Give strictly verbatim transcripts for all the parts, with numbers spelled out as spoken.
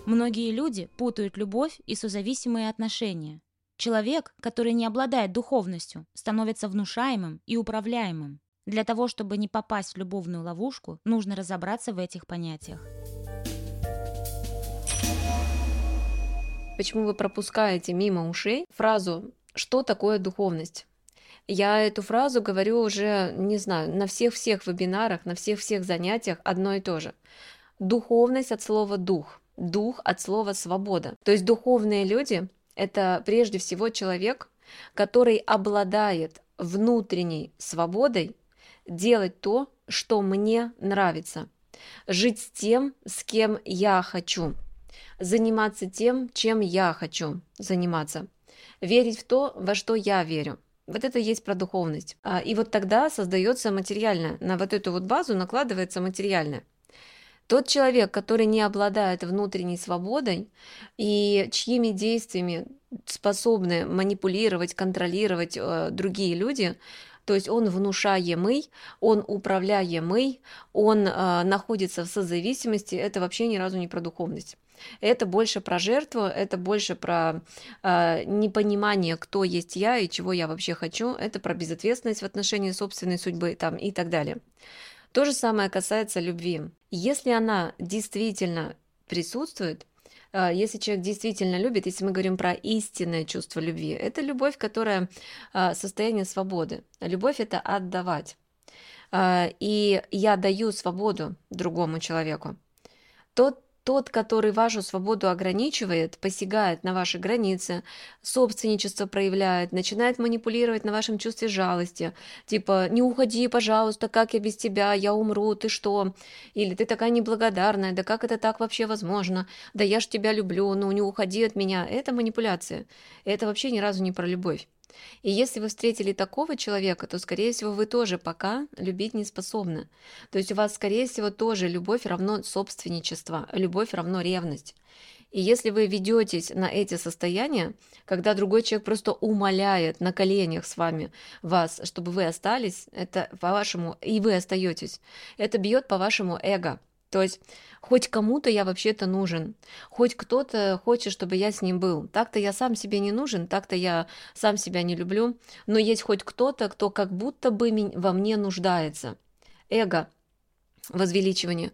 Многие люди путают любовь и созависимые отношения. Человек, который не обладает духовностью, становится внушаемым и управляемым. Для того, чтобы не попасть в любовную ловушку, нужно разобраться в этих понятиях. Почему вы пропускаете мимо ушей фразу «что такое духовность?». Я эту фразу говорю уже, не знаю, на всех-всех вебинарах, на всех-всех занятиях одно и то же. Духовность от слова «дух», дух от слова «свобода». То есть духовные люди – это прежде всего человек, который обладает внутренней свободой делать то, что мне нравится, жить с тем, с кем я хочу, заниматься тем, чем я хочу заниматься, верить в то, во что я верю. Вот это и есть про духовность. И вот тогда создается материальное, на вот эту вот базу накладывается материальное. Тот человек, который не обладает внутренней свободой и чьими действиями способны манипулировать, контролировать э, другие люди, то есть он внушаемый, он управляемый, он э, находится в созависимости, это вообще ни разу не про духовность. Это больше про жертву, это больше про э, непонимание, кто есть я и чего я вообще хочу, это про безответственность в отношении собственной судьбы там, и так далее. То же самое касается любви. Если она действительно присутствует, если человек действительно любит, если мы говорим про истинное чувство любви, это любовь, которая состояние свободы. Любовь – это отдавать. И я даю свободу другому человеку. Тот Тот, который вашу свободу ограничивает, посягает на ваши границы, собственничество проявляет, начинает манипулировать на вашем чувстве жалости, типа «не уходи, пожалуйста, как я без тебя, я умру, ты что?» Или «ты такая неблагодарная, да как это так вообще возможно? Да я ж тебя люблю, ну не уходи от меня». Это манипуляция, это вообще ни разу не про любовь. И если вы встретили такого человека, то, скорее всего, вы тоже пока любить не способны. То есть у вас, скорее всего, тоже любовь равно собственничество, любовь равно ревность. И если вы ведетесь на эти состояния, когда другой человек просто умоляет на коленях с вами вас, чтобы вы остались, это по-вашему, и вы остаетесь, это бьет по вашему эго. То есть хоть кому-то я вообще-то нужен, хоть кто-то хочет, чтобы я с ним был. Так-то я сам себе не нужен, так-то я сам себя не люблю, но есть хоть кто-то, кто как будто бы во мне нуждается. Эго, возвеличивание.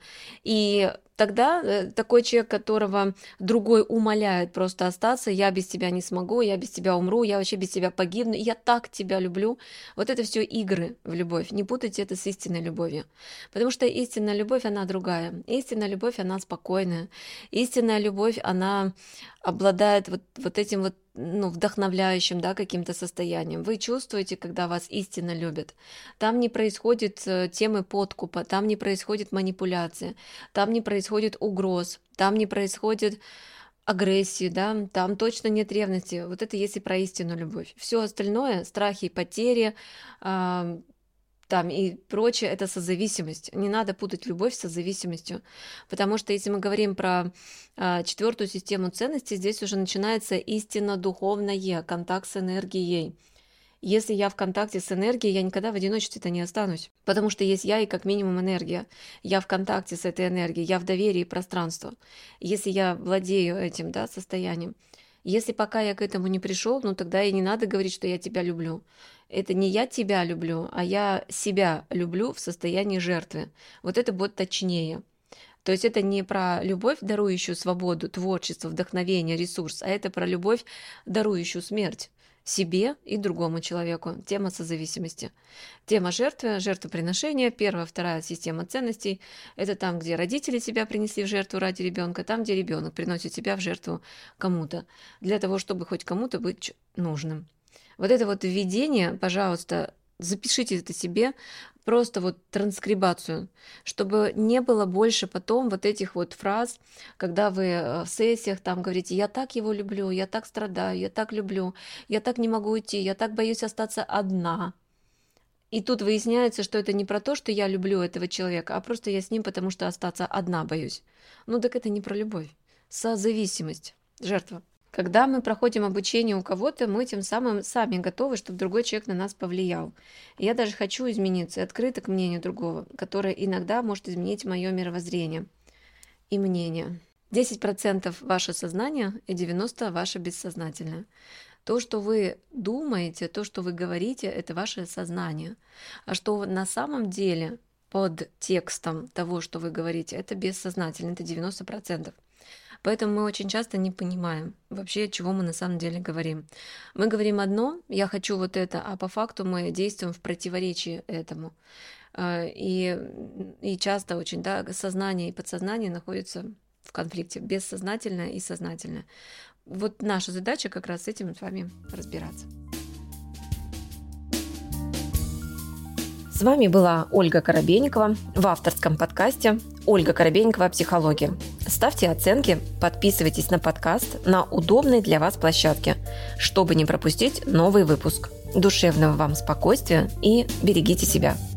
И тогда э, такой человек, которого другой умоляет просто остаться, я без тебя не смогу, я без тебя умру, я вообще без тебя погибну, я так тебя люблю. Вот это все игры в любовь. Не путайте это с истинной любовью. Потому что истинная любовь, она другая. Истинная любовь, она спокойная. Истинная любовь, она обладает вот, вот этим вот ну, вдохновляющим, да, каким-то состоянием. Вы чувствуете, когда вас истинно любят. Там не происходит э, темы подкупа, там не происходит манипуляции, там не происходит угроз, там не происходит агрессии, да, там точно нет ревности. Вот это если про истинную любовь. Все остальное, страхи, потери, э, там и прочее, это созависимость. Не надо путать любовь с созависимостью, потому что если мы говорим про а, четвертую систему ценностей, здесь уже начинается истинно духовное, контакт с энергией. Если я в контакте с энергией, я никогда в одиночестве-то не останусь, потому что есть я и как минимум энергия. Я в контакте с этой энергией, я в доверии пространству. Если я владею этим, да, состоянием. Если пока я к этому не пришел, ну тогда и не надо говорить, что я тебя люблю. Это не я тебя люблю, а я себя люблю в состоянии жертвы. Вот это будет точнее. То есть это не про любовь, дарующую свободу, творчество, вдохновение, ресурс, а это про любовь, дарующую смерть себе и другому человеку. Тема созависимости. Тема жертвы, жертвоприношения, первая, вторая система ценностей. Это там, где родители себя принесли в жертву ради ребенка, там, где ребенок приносит себя в жертву кому-то, для того, чтобы хоть кому-то быть нужным. Вот это вот введение, пожалуйста, запишите это себе, просто вот транскрибацию, чтобы не было больше потом вот этих вот фраз, когда вы в сессиях там говорите: я так его люблю, я так страдаю, я так люблю, я так не могу уйти, я так боюсь остаться одна. И тут выясняется, что это не про то, что я люблю этого человека, а просто я с ним, потому что остаться одна боюсь. Ну так это не про любовь. Созависимость, жертва. Когда мы проходим обучение у кого-то, мы тем самым сами готовы, чтобы другой человек на нас повлиял. И я даже хочу измениться, открыта к мнению другого, которое иногда может изменить мое мировоззрение и мнение. десять процентов ваше сознание и девяносто процентов ваше бессознательное. То, что вы думаете, то, что вы говорите, это ваше сознание. А что на самом деле под текстом того, что вы говорите, это бессознательно, это девяносто процентов. Поэтому мы очень часто не понимаем вообще, чего мы на самом деле говорим. Мы говорим одно, я хочу вот это, а по факту мы действуем в противоречии этому. И, и часто очень, да, сознание и подсознание находятся в конфликте, бессознательное и сознательное. Вот наша задача как раз с этим с вами разбираться. С вами была Ольга Коробейникова в авторском подкасте «Ольга Коробейникова. Психология». Ставьте оценки, подписывайтесь на подкаст на удобной для вас площадке, чтобы не пропустить новый выпуск. Душевного вам спокойствия и берегите себя.